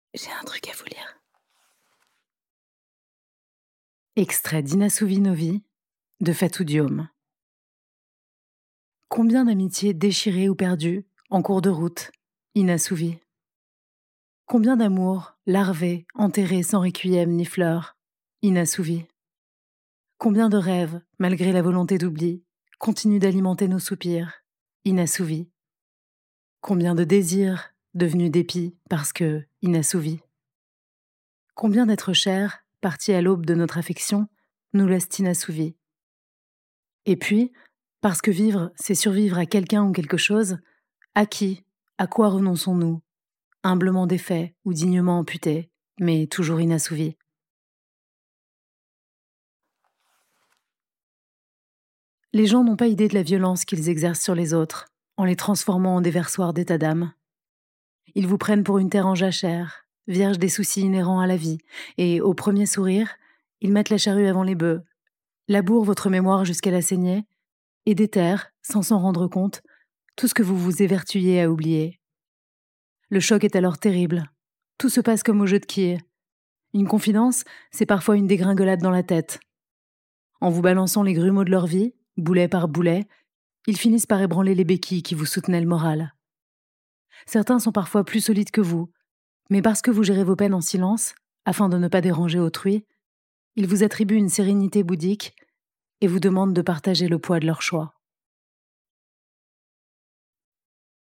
J'ai un truc à vous lire. Extrait d'Inasouvi Novi de Fatou Diome. Combien d'amitiés déchirées ou perdues en cours de route, inassouvies? Combien d'amours larvés, enterrés sans requiem ni fleurs, inassouvis? Combien de rêves, malgré la volonté d'oubli, continuent d'alimenter nos soupirs, inassouvis? Combien de désirs, devenus dépit parce que inassouvis? Combien d'êtres chers, partis à l'aube de notre affection, nous laissent inassouvis? Et puis, parce que vivre, c'est survivre à quelqu'un ou quelque chose, à qui, à quoi renonçons-nous, humblement défaits ou dignement amputés, mais toujours inassouvis? Les gens n'ont pas idée de la violence qu'ils exercent sur les autres, en les transformant en déversoirs d'état d'âme. Ils vous prennent pour une terre en jachère, vierge des soucis inhérents à la vie, et, au premier sourire, ils mettent la charrue avant les bœufs, labourent votre mémoire jusqu'à la saignée, et déterrent, sans s'en rendre compte, tout ce que vous vous évertuiez à oublier. Le choc est alors terrible. Tout se passe comme au jeu de quilles. Une confidence, c'est parfois une dégringolade dans la tête. En vous balançant les grumeaux de leur vie, boulet par boulet, ils finissent par ébranler les béquilles qui vous soutenaient le moral. Certains sont parfois plus solides que vous, mais parce que vous gérez vos peines en silence, afin de ne pas déranger autrui, ils vous attribuent une sérénité bouddhique et vous demandent de partager le poids de leur choix.